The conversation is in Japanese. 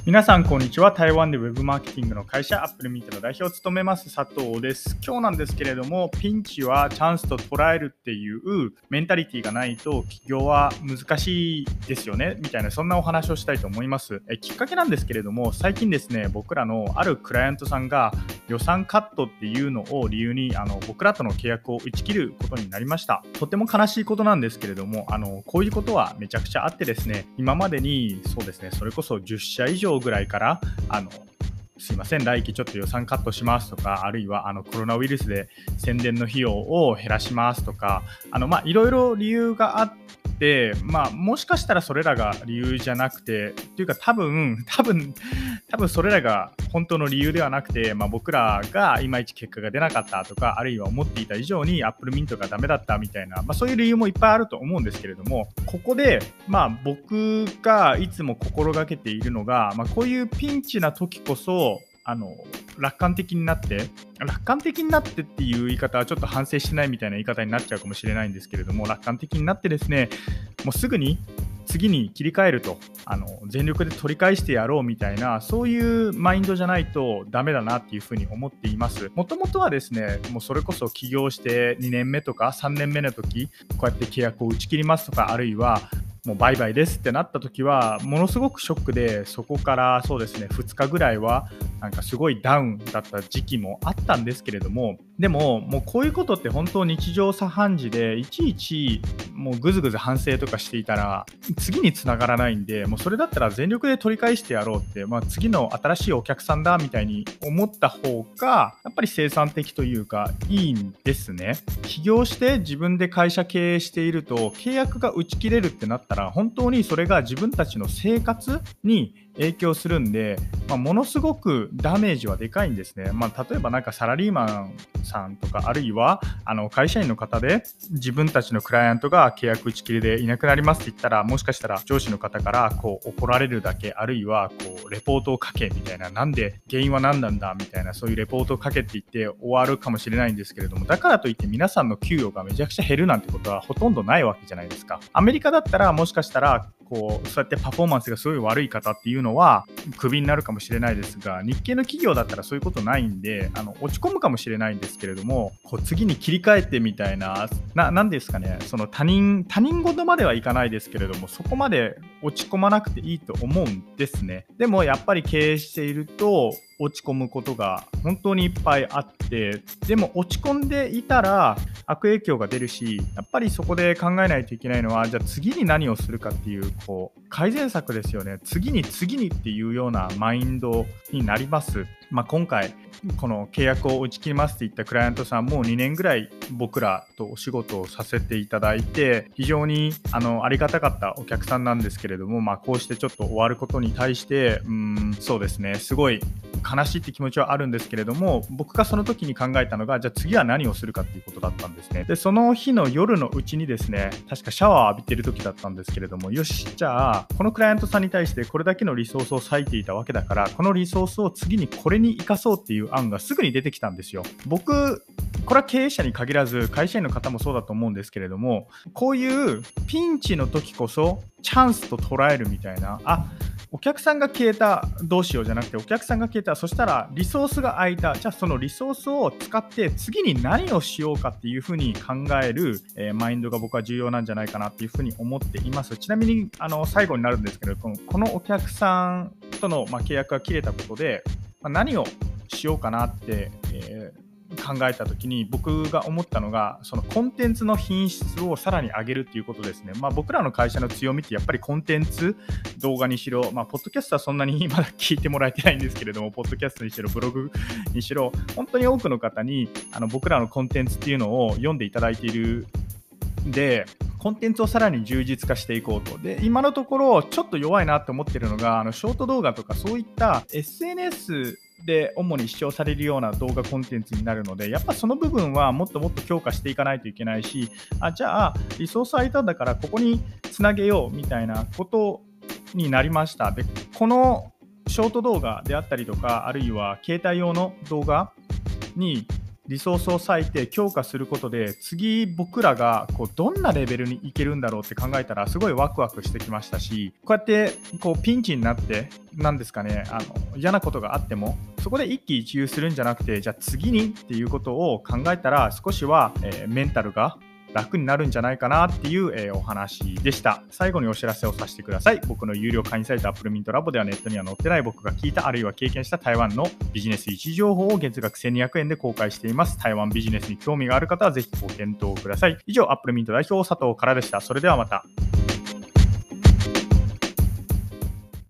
皆さんこんにちは。台湾でウェブマーケティングの会社アップルミートの代表を務めます佐藤です。今日なんですけれども、ピンチはチャンスと捉えるっていうメンタリティがないと起業は難しいですよねみたいな、そんなお話をしたいと思います。きっかけなんですけれども、最近ですね、僕らのあるクライアントさんが予算カットっていうのを理由に僕らとの契約を打ち切ることになりました。とても悲しいことなんですけれども、こういうことはめちゃくちゃあってですね、今までにそうですね、それこそ10社以上ぐらいからすいません、来期ちょっと予算カットしますとか、あるいはコロナウイルスで宣伝の費用を減らしますとか、いろいろ理由があって、もしかしたらそれらが理由じゃなくて、というか多分それらが本当の理由ではなくて、僕らがいまいち結果が出なかったとか、あるいは思っていた以上に Apple Mint がダメだったみたいな、そういう理由もいっぱいあると思うんですけれども、ここで、僕がいつも心がけているのが、こういうピンチな時こそ楽観的になってっていう言い方はちょっと反省してないみたいな言い方になっちゃうかもしれないんですけれども、楽観的になってですね、もうすぐに次に切り替えると、全力で取り返してやろうみたいな、そういうマインドじゃないとダメだなっていうふうに思っています。もともとはですね、もうそれこそ起業して2年目とか3年目の時、こうやって契約を打ち切りますとか、あるいはもうバイバイですってなった時はものすごくショックで、そこからそうですね2日ぐらいはなんかすごいダウンだった時期もあったんですけれども、でももうこういうことって本当日常茶飯事で、いちいちもうぐずぐず反省とかしていたら次につながらないんで、もうそれだったら全力で取り返してやろうって、次の新しいお客さんだみたいに思った方がやっぱり生産的というかいいんですね。起業して自分で会社経営していると、契約が打ち切れるってなったら本当にそれが自分たちの生活に影響するんで、ものすごくダメージはでかいんですね。例えばなんかサラリーマンさんとか、あるいは会社員の方で自分たちのクライアントが契約打ち切りでいなくなりますって言ったら、もしかしたら上司の方からこう怒られるだけ、あるいはこうレポートを書けみたいな、なんで原因は何なんだみたいな、そういうレポートを書けって言って終わるかもしれないんですけれども、だからといって皆さんの給与がめちゃくちゃ減るなんてことはほとんどないわけじゃないですか。アメリカだったらもしかしたらそうやってパフォーマンスがすごい悪い方っていうのはクビになるかもしれないですが、日系の企業だったらそういうことないんで、落ち込むかもしれないんですけれども、次に切り替えてみたいなんですかね、その他人事まではいかないですけれども、そこまで落ち込まなくていいと思うんですね。でもやっぱり経営していると落ち込むことが本当にいっぱいあって、でも落ち込んでいたら悪影響が出るし、やっぱりそこで考えないといけないのは、じゃあ次に何をするかっていう改善策ですよね。次にっていうようなマインドになります。今回この契約を打ち切りますって言ったクライアントさんも2年ぐらい僕らとお仕事をさせていただいて、非常にありがたかったお客さんなんですけれども、こうしてちょっと終わることに対してそうですね、すごい悲しいって気持ちはあるんですけれども、僕がその時に考えたのが、じゃあ次は何をするかっていうことだったんですね。でその日の夜のうちにですね、確かシャワーを浴びてる時だったんですけれども、よし、じゃあこのクライアントさんに対してこれだけのリソースを割いていたわけだから、このリソースを次にこれに生かそうっていう案がすぐに出てきたんですよ。僕これは経営者に限らず会社員の方もそうだと思うんですけれども、こういうピンチの時こそチャンスと捉えるみたいな、お客さんが消えたどうしようじゃなくて、お客さんが消えた、そしたらリソースが空いた、じゃあそのリソースを使って次に何をしようかっていうふうに考える、マインドが僕は重要なんじゃないかなっていうふうに思っています。ちなみに最後になるんですけど、このお客さんとの、契約が切れたことで、何をしようかなって、考えた時に僕が思ったのが、そのコンテンツの品質をさらに上げるっていうことですね。僕らの会社の強みってやっぱりコンテンツ、動画にしろ、ポッドキャストはそんなにまだ聞いてもらえてないんですけれども、ポッドキャストにしろブログにしろ、本当に多くの方に僕らのコンテンツっていうのを読んでいただいているんで、コンテンツをさらに充実化していこうと。で、今のところちょっと弱いなと思っているのが、ショート動画とかそういった SNSで主に視聴されるような動画コンテンツになるので、やっぱその部分はもっともっと強化していかないといけないし、じゃあリソース空いたんだからここにつなげようみたいなことになりました。で、このショート動画であったりとか、あるいは携帯用の動画にリソースを割いて強化することで、次僕らがどんなレベルに行けるんだろうって考えたらすごいワクワクしてきましたし、こうやってピンチになってなんですかね、嫌なことがあってもそこで一喜一憂するんじゃなくて、じゃあ次にっていうことを考えたら少しは、メンタルが楽になるんじゃないかなっていう、お話でした。最後にお知らせをさせてください。僕の有料会員サイト Apple Mint Labo ではネットには載ってない僕が聞いたあるいは経験した台湾のビジネス位置情報を月額1200円で公開しています。台湾ビジネスに興味がある方はぜひご検討ください。以上、Apple Mint 代表佐藤からでした。それではまた。